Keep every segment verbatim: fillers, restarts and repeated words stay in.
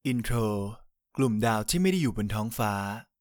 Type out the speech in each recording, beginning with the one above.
อินโทรกลุ่มดาวที่ไม่ได้อยู่บนท้องฟ้า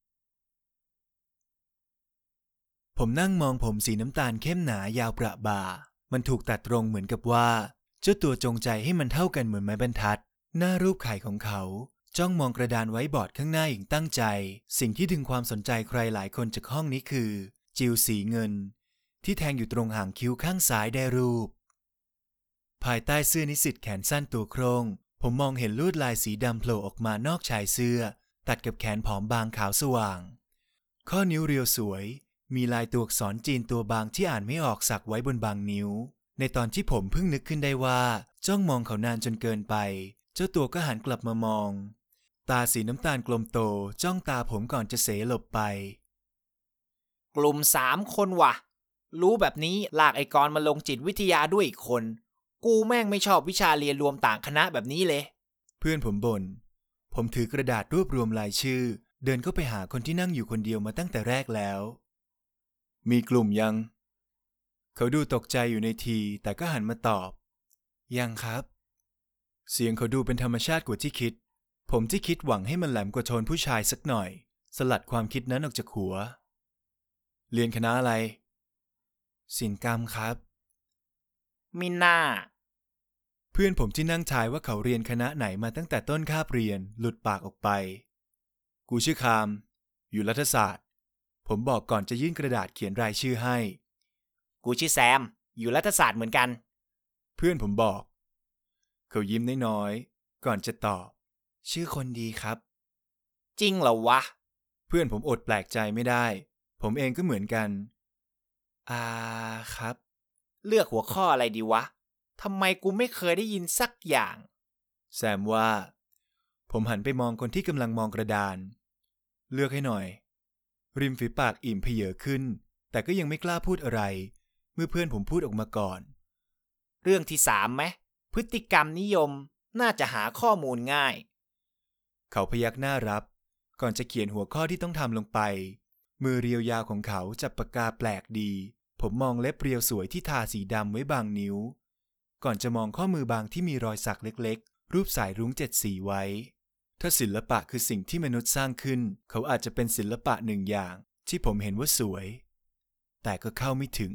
ผมนั่งมองผมสีน้ำตาลเข้มหนายาวประบ่ามันถูกตัดตรงเหมือนกับว่าเจ้าตัวจงใจให้มันเท่ากันเหมือนไม้บรรทัดหน้ารูปไข่ของเขาจ้องมองกระดานไว้บอร์ดข้างหน้าอย่างตั้งใจสิ่งที่ดึงความสนใจใครหลายคนจากห้องนี้คือจิวสีเงินที่แทงอยู่ตรงหางคิ้วข้างซ้ายได้รูปภายใต้เสื้อนิสิตแขนสั้นตัวโครงผมมองเห็นลวดลายสีดำโผล่ออกมานอกชายเสื้อตัดกับแขนผอมบางขาวสว่างข้อนิ้วเรียวสวยมีลายตัวอักษรจีนตัวบางที่อ่านไม่ออกสักไว้บนบางนิ้วในตอนที่ผมเพิ่งนึกขึ้นได้ว่าจ้องมองเขานานจนเกินไปเจ้าตัวก็หันกลับมามองตาสีน้ำตาลกลมโตจ้องตาผมก่อนจะเสหลบไปกลุ่มสามคนว่ะรู้แบบนี้ลากไอกรมาลงจิตวิทยาด้วยอีกคนกูแม่งไม่ชอบวิชาเรียนรวมต่างคณะแบบนี้เลยเพื่อนผมบ่นผมถือกระดาษรวบรวมรายชื่อเดินเข้าไปหาคนที่นั่งอยู่คนเดียวมาตั้งแต่แรกแล้วมีกลุ่มยังเขาดูตกใจอยู่ในทีแต่ก็หันมาตอบยังครับเสียงเขาดูเป็นธรรมชาติกว่าที่คิดผมที่คิดหวังให้มันแหลมกว่าโทนผู้ชายสักหน่อยสลัดความคิดนั้นออกจากหัวเรียนคณะอะไรศิลปกรรมครับมิน่าเพื่อนผมที่นั่งทายว่าเขาเรียนคณะไหนมาตั้งแต่ต้นคาบเรียนหลุดปากออกไปกูชื่อคามอยู่รัฐศาสตร์ผมบอกก่อนจะยื่นกระดาษเขียนรายชื่อให้กูชื่อแซมอยู่รัฐศาสตร์เหมือนกันเพื่อนผมบอกเขายิ้มน้อยๆก่อนจะตอบชื่อคนดีครับจริงเหรอวะเพื่อนผมอดแปลกใจไม่ได้ผมเองก็เหมือนกันอ่าครับเลือกหัวข้ออะไรดีวะทำไมกูไม่เคยได้ยินสักอย่างแซมว่าผมหันไปมองคนที่กำลังมองกระดานเลือกให้หน่อยริมฝีปากอิ่มเพเยอขึ้นแต่ก็ยังไม่กล้าพูดอะไรเมื่อเพื่อนผมพูดออกมาก่อนเรื่องที่สามไหมพฤติกรรมนิยมน่าจะหาข้อมูลง่ายเขาพยักหน้ารับก่อนจะเขียนหัวข้อที่ต้องทำลงไปมือเรียวยาวของเขาจับปากกาแปลกดีผมมองเล็บเรียวสวยที่ทาสีดำไว้บางนิ้วก่อนจะมองข้อมือบางที่มีรอยสักเล็กๆรูปสายรุ้งเจ็ดสีไว้ถ้าศิลปะคือสิ่งที่มนุษย์สร้างขึ้นเขาอาจจะเป็นศิลปะหนึ่งอย่างที่ผมเห็นว่าสวยแต่ก็เข้าไม่ถึง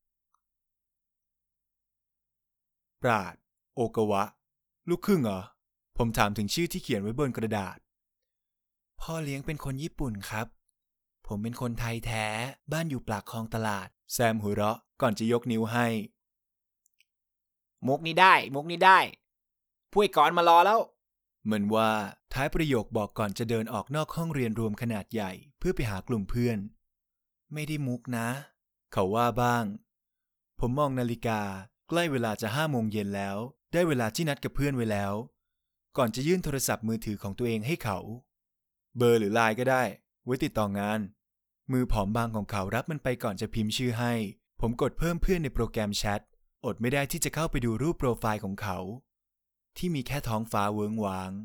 ปราดโอกาวะลูกครึ่งเหรอผมถามถึงชื่อที่เขียนไว้บนกระดาษพ่อเลี้ยงเป็นคนญี่ปุ่นครับผมเป็นคนไทยแท้บ้านอยู่ปากคลองตลาดแซมหัวเราะก่อนจะยกนิ้วให้มุกนี้ได้มุกนี้ได้ผู้ก่อนมารอแล้วเหมือนว่าท้ายประโยคบอกก่อนจะเดินออกนอกห้องเรียนรวมขนาดใหญ่เพื่อไปหากลุ่มเพื่อนไม่ได้มุกนะเขาว่าบ้างผมมองนาฬิกาใกล้เวลาจะห้าโมงเย็นแล้วได้เวลาที่นัดกับเพื่อนไว้แล้วก่อนจะยื่นโทรศัพท์มือถือของตัวเองให้เขาเบอร์หรือไลน์ก็ได้ไว้ติดต่องานมือผอมบางของเขารับมันไปก่อนจะพิมพ์ชื่อให้ผมกดเพิ่มเพื่อนในโปรแกรมแชทอดไม่ได้ที่จะเข้าไปดูรูปโปรไฟล์ของเขาที่มีแค่ท้องฟ้าเวิ้งว้าง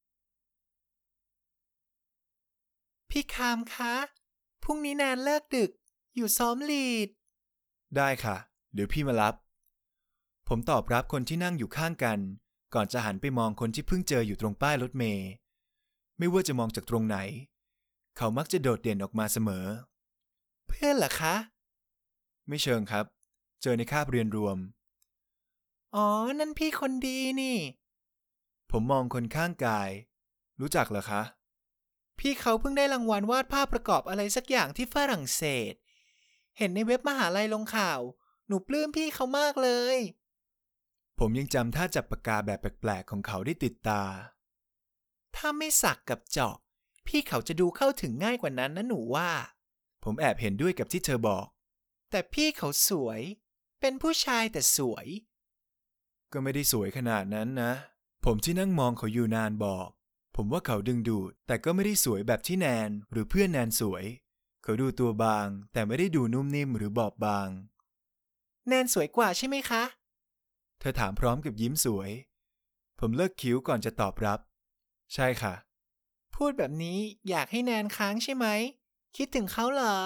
พี่คามคะพรุ่งนี้แนนเลิกดึกอยู่ซ้อมลีดได้ค่ะเดี๋ยวพี่มารับผมตอบรับคนที่นั่งอยู่ข้างกันก่อนจะหันไปมองคนที่เพิ่งเจออยู่ตรงป้ายรถเมล์ไม่ว่าจะมองจากตรงไหนเขามักจะโดดเด่นออกมาเสมอเพื่อนเหรอคะไม่เชิงครับเจอในคาบเรียนรวมอ๋อนั่นพี่คนดีนี่ผมมองคนข้างกายรู้จักเหรอคะพี่เขาเพิ่งได้รางวัลวาดภาพประกอบอะไรสักอย่างที่ฝรั่งเศสเห็นในเว็บมหาลัยลงข่าวหนูปลื้มพี่เขามากเลยผมยังจำท่าจับปากกาแบบแปลกๆของเขาได้ติดตาถ้าไม่สักกับเจาะพี่เขาจะดูเข้าถึงง่ายกว่านั้นนะหนูว่าผมแอบเห็นด้วยกับที่เธอบอกแต่พี่เขาสวยเป็นผู้ชายแต่สวยก็ไม่ได้สวยขนาดนั้นนะผมที่นั่งมองเขาอยู่นานบอกผมว่าเขาดึงดูดแต่ก็ไม่ได้สวยแบบที่แนนหรือเพื่อนแนนสวยเขาดูตัวบางแต่ไม่ได้ดูนุ่มนิ่มหรือบอบบางแนนสวยกว่าใช่ไหมคะเธอถามพร้อมกับยิ้มสวยผมเลิกคิ้วก่อนจะตอบรับใช่ค่ะพูดแบบนี้อยากให้แนนค้างใช่ไหมคิดถึงเขาเหรอ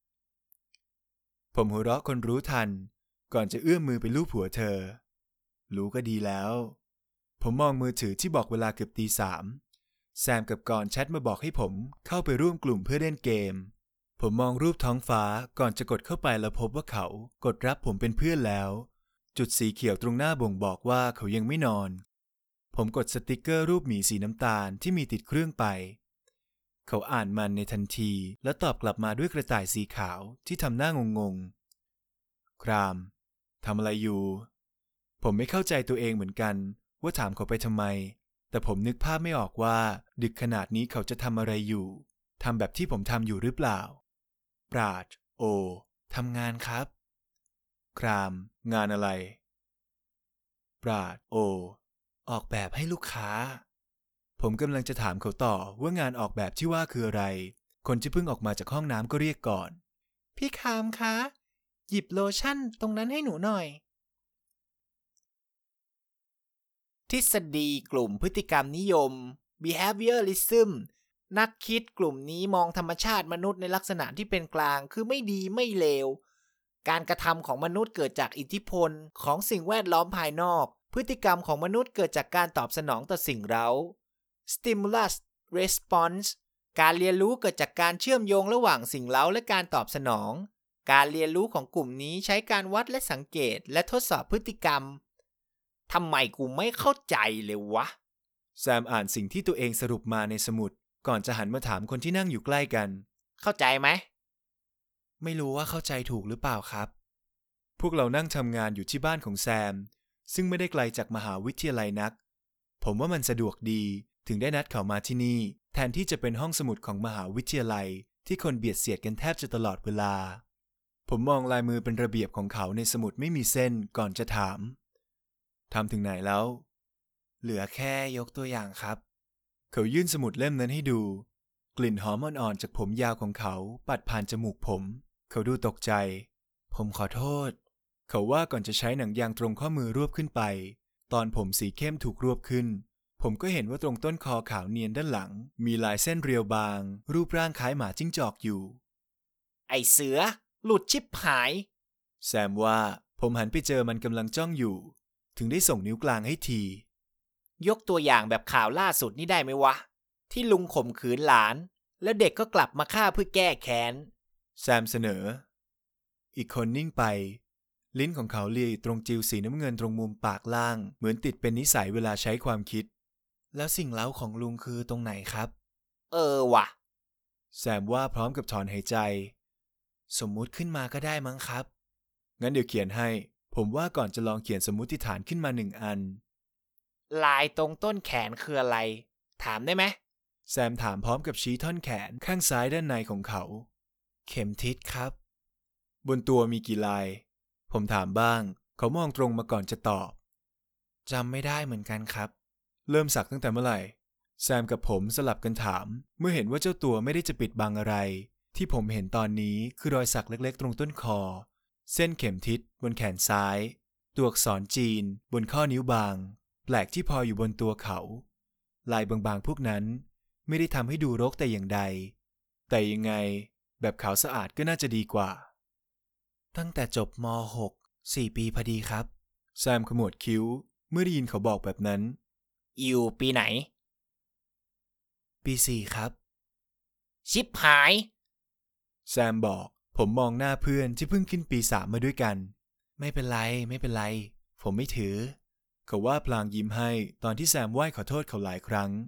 ผมหัวเราะคนรู้ทันก่อนจะเอื้อมมือไปลูบหัวเธอรู้ก็ดีแล้วผมมองมือถือที่บอกเวลาเกือบตีสามแซมกับกอนแชทมาบอกให้ผมเข้าไปร่วมกลุ่มเพื่อเล่นเกมผมมองรูปท้องฟ้าก่อนจะกดเข้าไปแล้วพบว่าเขากดรับผมเป็นเพื่อนแล้วจุดสีเขียวตรงหน้าบ่งบอกว่าเขายังไม่นอนผมกดสติกเกอร์รูปหมีสีน้ำตาลที่มีติดเครื่องไปเขาอ่านมันในทันทีและตอบกลับมาด้วยกระต่ายสีขาวที่ทำหน้างงๆครามทำอะไรอยู่ผมไม่เข้าใจตัวเองเหมือนกันว่าถามเขาไปทำไมแต่ผมนึกภาพไม่ออกว่าดึกขนาดนี้เขาจะทำอะไรอยู่ทำแบบที่ผมทำอยู่หรือเปล่าปราดโอทำงานครับครามงานอะไรปราดโอออกแบบให้ลูกค้าผมกำลังจะถามเขาต่อว่างานออกแบบที่ว่าคืออะไรคนที่เพิ่งออกมาจากห้องน้ำก็เรียกก่อนพี่คามคะหยิบโลชั่นตรงนั้นให้หนูหน่อยทฤษฎีกลุ่มพฤติกรรมนิยม behaviorism นักคิดกลุ่มนี้มองธรรมชาติมนุษย์ในลักษณะที่เป็นกลางคือไม่ดีไม่เลวการกระทำของมนุษย์เกิดจากอิทธิพลของสิ่งแวดล้อมภายนอกพฤติกรรมของมนุษย์เกิดจากการตอบสนองต่อสิ่งเร้า stimulus response การเรียนรู้เกิดจากการเชื่อมโยงระหว่างสิ่งเร้าและการตอบสนองการเรียนรู้ของกลุ่มนี้ใช้การวัดและสังเกตและทดสอบพฤติกรรมทำไมกูไม่เข้าใจเลยวะแซมอ่านสิ่งที่ตัวเองสรุปมาในสมุดก่อนจะหันมาถามคนที่นั่งอยู่ใกล้กันเข้าใจไหมไม่รู้ว่าเข้าใจถูกหรือเปล่าครับพวกเรานั่งทำงานอยู่ที่บ้านของแซมซึ่งไม่ได้ไกลจากมหาวิทยาลัยนักผมว่ามันสะดวกดีถึงได้นัดเขามาที่นี่แทนที่จะเป็นห้องสมุดของมหาวิทยาลัยที่คนเบียดเสียดกันแทบจะตลอดเวลาผมมองลายมือเป็นระเบียบของเขาในสมุดไม่มีเส้นก่อนจะถามทำถึงไหนแล้วเหลือแค่ยกตัวอย่างครับเขายื่นสมุดเล่มนั้นให้ดูกลิ่นหอมอ่อนๆจากผมยาวของเขาปัดผ่านจมูกผมเขาดูตกใจผมขอโทษเขาว่าก่อนจะใช้หนังยางตรงข้อมือรวบขึ้นไปตอนผมสีเข้มถูกรวบขึ้นผมก็เห็นว่าตรงต้นคอขาวเนียนด้านหลังมีลายเส้นเรียวบางรูปร่างคล้ายหมาจิ้งจอกอยู่ไอเสือหลุดชิบหายแซมว่าผมหันไปเจอมันกำลังจ้องอยู่ถึงได้ส่งนิ้วกลางให้ทียกตัวอย่างแบบข่าวล่าสุดนี่ได้ไหมวะที่ลุงข่มขืนหลานแล้วเด็กก็กลับมาฆ่าเพื่อแก้แค้นแซมเสนออีกคนนิ่งไปลิ้นของเขาเลียอยู่ตรงจิวสีน้ำเงินตรงมุมปากล่างเหมือนติดเป็นนิสัยเวลาใช้ความคิดแล้วสิ่งเล้าของลุงคือตรงไหนครับเออว่ะแซมว่าพร้อมกับถอนหายใจสมมุติขึ้นมาก็ได้มั้งครับงั้นเดี๋ยวเขียนให้ผมว่าก่อนจะลองเขียนสมมุติฐานขึ้นมาหนึ่งอันลายตรงต้นแขนคืออะไรถามได้ไหมแซมถามพร้อมกับชี้ท่อนแขนข้างซ้ายด้านในของเขาเข็มทิศครับบนตัวมีกี่ลายผมถามบ้างเขามองตรงมาก่อนจะตอบจำไม่ได้เหมือนกันครับเริ่มสักตั้งแต่เมื่อไหร่แซมกับผมสลับกันถามเมื่อเห็นว่าเจ้าตัวไม่ได้จะปิดบังอะไรที่ผมเห็นตอนนี้คือรอยสักเล็กๆตรงต้นคอเส้นเข็มทิศบนแขนซ้ายตัวอักษรจีนบนข้อนิ้วบางแปลกที่พออยู่บนตัวเขาลายบางๆพวกนั้นไม่ได้ทำให้ดูรกแต่อย่างใดแต่ยังไงแบบขาวสะอาดก็น่าจะดีกว่าตั้งแต่จบม หก สี่ปีพอดีครับแซมขมวดคิ้วเมื่อได้ยินเขาบอกแบบนั้นอยู่ปีไหนปีสี่ครับชิบหายแซมบอกผมมองหน้าเพื่อนที่เพิ่งขึ้นปีสามมาด้วยกันไม่เป็นไรไม่เป็นไรผมไม่ถือเขาว่าพลางยิ้มให้ตอนที่แซมไหว้ขอโทษเขาหลายครั้ง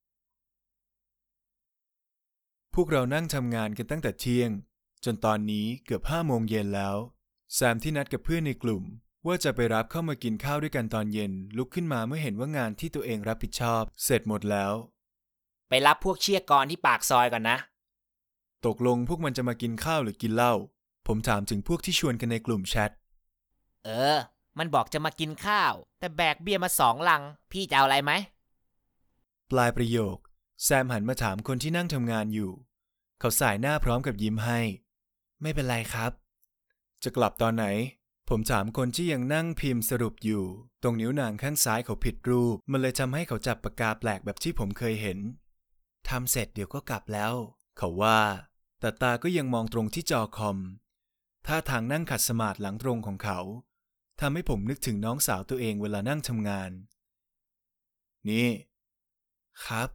พวกเรานั่งทำงานกันตั้งแต่เที่ยงจนตอนนี้เกือบห้าโมงเย็นแล้วแซมที่นัดกับเพื่อนในกลุ่มว่าจะไปรับเข้ามากินข้าวด้วยกันตอนเย็นลุกขึ้นมาเมื่อเห็นว่างานที่ตัวเองรับผิดชอบเสร็จหมดแล้วไปรับพวกเชี่ยกรที่ปากซอยก่อนนะตกลงพวกมันจะมากินข้าวหรือกินเหล้าผมถามถึงพวกที่ชวนกันในกลุ่มแชทเออมันบอกจะมากินข้าวแต่แบกเบียร์มาสองลังพี่จะเอาอะไรไหมปลายประโยคแซมหันมาถามคนที่นั่งทำงานอยู่เขาสายหน้าพร้อมกับยิ้มให้ไม่เป็นไรครับจะกลับตอนไหนผมถามคนที่ยังนั่งพิมพ์สรุปอยู่ตรงนิ้วนางข้างซ้ายเขาผิดรูปมันเลยทำให้เขาจับปากกาแปลกแบบที่ผมเคยเห็นทำเสร็จเดี๋ยวก็กลับแล้วเขาว่าแต่ตาก็ยังมองตรงที่จอคอมท่าทางนั่งขัดสมาธิหลังตรงของเขาทำให้ผมนึกถึงน้องสาวตัวเองเวลานั่งทำงานนี่ครับ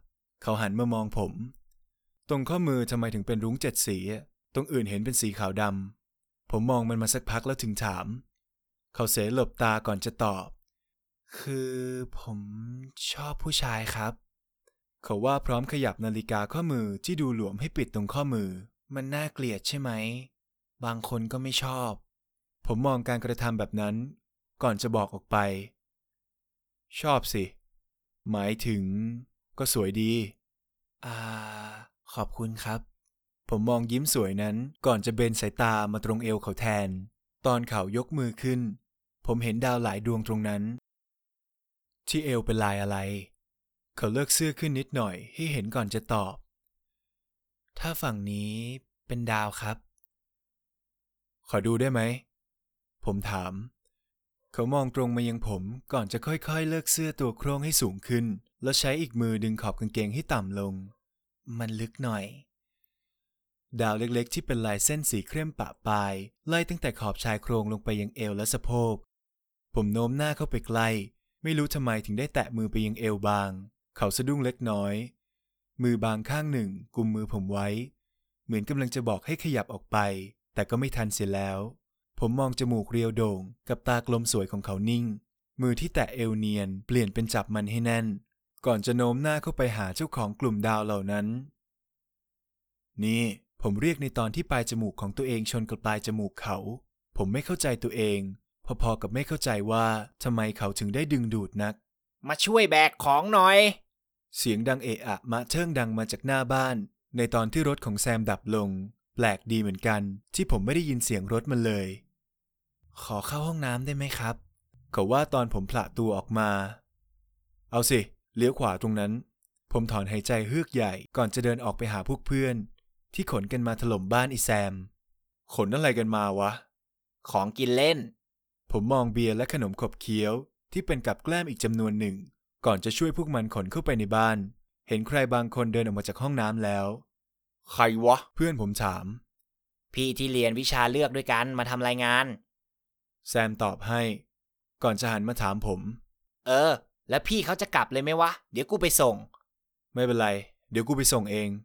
เขาหันมามองผมตรงข้อมือทำไมถึงเป็นรุ้งเจ็ดสีตรงอื่นเห็นเป็นสีขาวดำผมมองมันมาสักพักแล้วถึงถามเขาเสหลบตาก่อนจะตอบคือผมชอบผู้ชายครับเขาว่าพร้อมขยับนาฬิกาข้อมือที่ดูหลวมให้ปิดตรงข้อมือมันน่าเกลียดใช่ไหมบางคนก็ไม่ชอบผมมองการกระทำแบบนั้นก่อนจะบอกออกไปชอบสิหมายถึงก็สวยดีอ่าขอบคุณครับผมมองยิ้มสวยนั้นก่อนจะเบนสายตามาตรงเอวเขาแทนตอนเขายกมือขึ้นผมเห็นดาวหลายดวงตรงนั้นที่เอวเป็นลายอะไรเขาเลิกเสื้อขึ้นนิดหน่อยให้เห็นก่อนจะตอบถ้าฝั่งนี้เป็นดาวครับขอดูได้ไหมผมถามเขามองตรงมายังผมก่อนจะค่อยๆเลิกเสื้อตัวโครงให้สูงขึ้นแล้วใช้อีกมือดึงขอบกางเกงให้ต่ำลงมันลึกหน่อยดาวเล็กๆที่เป็นลายเส้นสีเข้มปะปลายไล่ตั้งแต่ขอบชายโครงลงไปยังเอวและสะโพกผมโน้มหน้าเข้าไปใกล้ไม่รู้ทำไมถึงได้แตะมือไปยังเอวบางเขาสะดุ้งเล็กน้อยมือบางข้างหนึ่งกุมมือผมไว้เหมือนกำลังจะบอกให้ขยับออกไปแต่ก็ไม่ทันเสียแล้วผมมองจมูกเรียวโด่งกับตากลมสวยของเขานิ่งมือที่แตะเอวเนียนเปลี่ยนเป็นจับมันให้แน่นก่อนจะโน้มหน้าเข้าไปหาเจ้าของกลุ่มดาวเหล่านั้นนี่ผมเรียกในตอนที่ปลายจมูกของตัวเองชนกับปลายจมูกเขาผมไม่เข้าใจตัวเองพอๆกับไม่เข้าใจว่าทำไมเขาถึงได้ดึงดูดนักมาช่วยแบกของหน่อยเสียงดังเอะอะมะเทิงดังมาจากหน้าบ้านในตอนที่รถของแซมดับลงแปลกดีเหมือนกันที่ผมไม่ได้ยินเสียงรถมันเลยขอเข้าห้องน้ำได้ไหมครับเขาว่าตอนผมผละตัวออกมาเอาสิเลี้ยวขวาตรงนั้นผมถอนหายใจเฮือกใหญ่ก่อนจะเดินออกไปหาพวกเพื่อนที่ขนกันมาถล่มบ้านอีแซมขนอะไรกันมาวะของกินเล่นผมมองเบียร์และขนมขบเคี้ยวที่เป็นกับแกล้มอีกจำนวนหนึ่งก่อนจะช่วยพวกมันขนเข้าไปในบ้านเห็นใครบางคนเดินออกมาจากห้องน้ำแล้วใครวะเพื่อนผมถามพี่ที่เรียนวิชาเลือกด้วยกันมาทำรายงานแซมตอบให้ก่อนจะหันมาถามผมเออแล้วพี่เขาจะกลับเลยไหมวะเดี๋ยวกูไปส่งไม่เป็นไรเดี๋ยวกูไปส่งเอง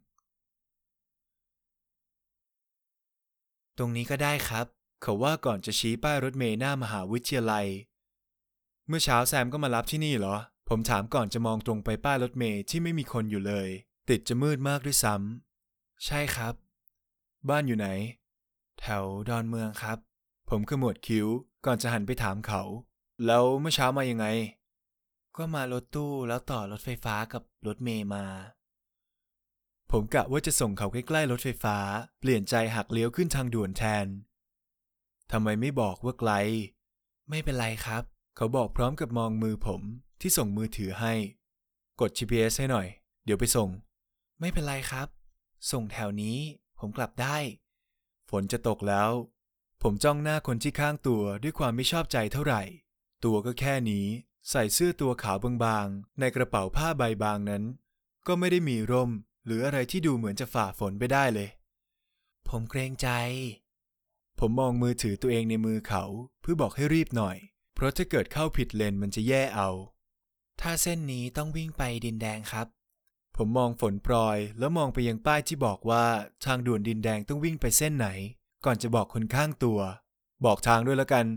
ตรงนี้ก็ได้ครับเขาว่าก่อนจะชี้ป้ายรถเมล์หน้ามหาวิทยาลัยเมื่อเช้าแซมก็มารับที่นี่เหรอผมถามก่อนจะมองตรงไปป้ายรถเมล์ที่ไม่มีคนอยู่เลยติดจะมืดมากด้วยซ้ำใช่ครับบ้านอยู่ไหนแถวดอนเมืองครับผมขมวดคิ้วก่อนจะหันไปถามเขาแล้วเมื่อเช้ามายังไงก็มารถตู้แล้วต่อรถไฟฟ้ากับรถเมล์มาผมกะว่าจะส่งเขาใกล้ๆรถไฟฟ้าเปลี่ยนใจหักเลี้ยวขึ้นทางด่วนแทนทำไมไม่บอกว่าไกลไม่เป็นไรครับเขาบอกพร้อมกับมองมือผมที่ส่งมือถือให้กด จี พี เอส ให้หน่อยเดี๋ยวไปส่งไม่เป็นไรครับส่งแถวนี้ผมกลับได้ฝนจะตกแล้วผมจ้องหน้าคนที่ข้างตัวด้วยความไม่ชอบใจเท่าไหร่ตัวก็แค่นี้ใส่เสื้อตัวขาวบางๆในกระเป๋าผ้าใบบางนั้นก็ไม่ได้มีร่มหรืออะไรที่ดูเหมือนจะฝ่าฝนไปได้เลยผมเกรงใจผมมองมือถือตัวเองในมือเขาเพื่อบอกให้รีบหน่อยเพราะถ้าเกิดเข้าผิดเลนมันจะแย่เอาถ้าเส้นนี้ต้องวิ่งไปดินแดงครับผมมองฝนโปรยแล้วมองไปยังป้ายที่บอกว่าทางด่วนดินแดงต้องวิ่งไปเส้นไหนก่อนจะบอกคนข้างตัวบอกทางด้วยละกัน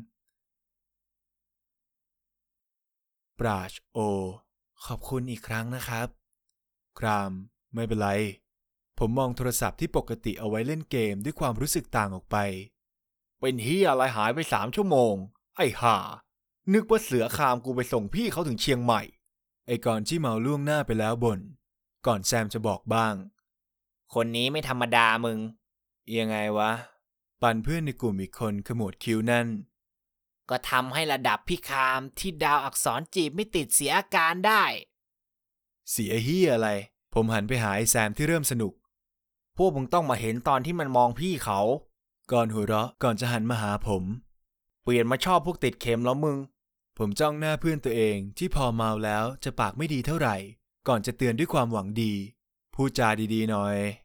ปราชโอขอบคุณอีกครั้งนะครับครามไม่เป็นไรผมมองโทรศัพท์ที่ปกติเอาไว้เล่นเกมด้วยความรู้สึกต่างออกไปเป็นเหี้ยอะไรหายไปสามชั่วโมงไอ้ห่านึกว่าเสือคามกูไปส่งพี่เขาถึงเชียงใหม่ไอ้ก่อนที่เมาล่วงหน้าไปแล้วบ่นก่อนแซมจะบอกบ้างคนนี้ไม่ธรรมดามึงยังไงวะปันเพื่อนในกลุ่มอีกคนขมวดคิ้วนั่นก็ทำให้ระดับพี่คามที่ดาวอักษรจีบไม่ติดเสียอาการได้เสียเหี้ยอะไรผมหันไปหาไอ้แซมที่เริ่มสนุกพวกมึงต้องมาเห็นตอนที่มันมองพี่เขาก่อนหัวเราะก่อนจะหันมาหาผมเปลี่ยนมาชอบพวกติดเข็มแล้วมึงผมจ้องหน้าเพื่อนตัวเองที่พอเมาแล้วจะปากไม่ดีเท่าไหร่ก่อนจะเตือนด้วยความหวังดีพูดจาดีๆหน่อย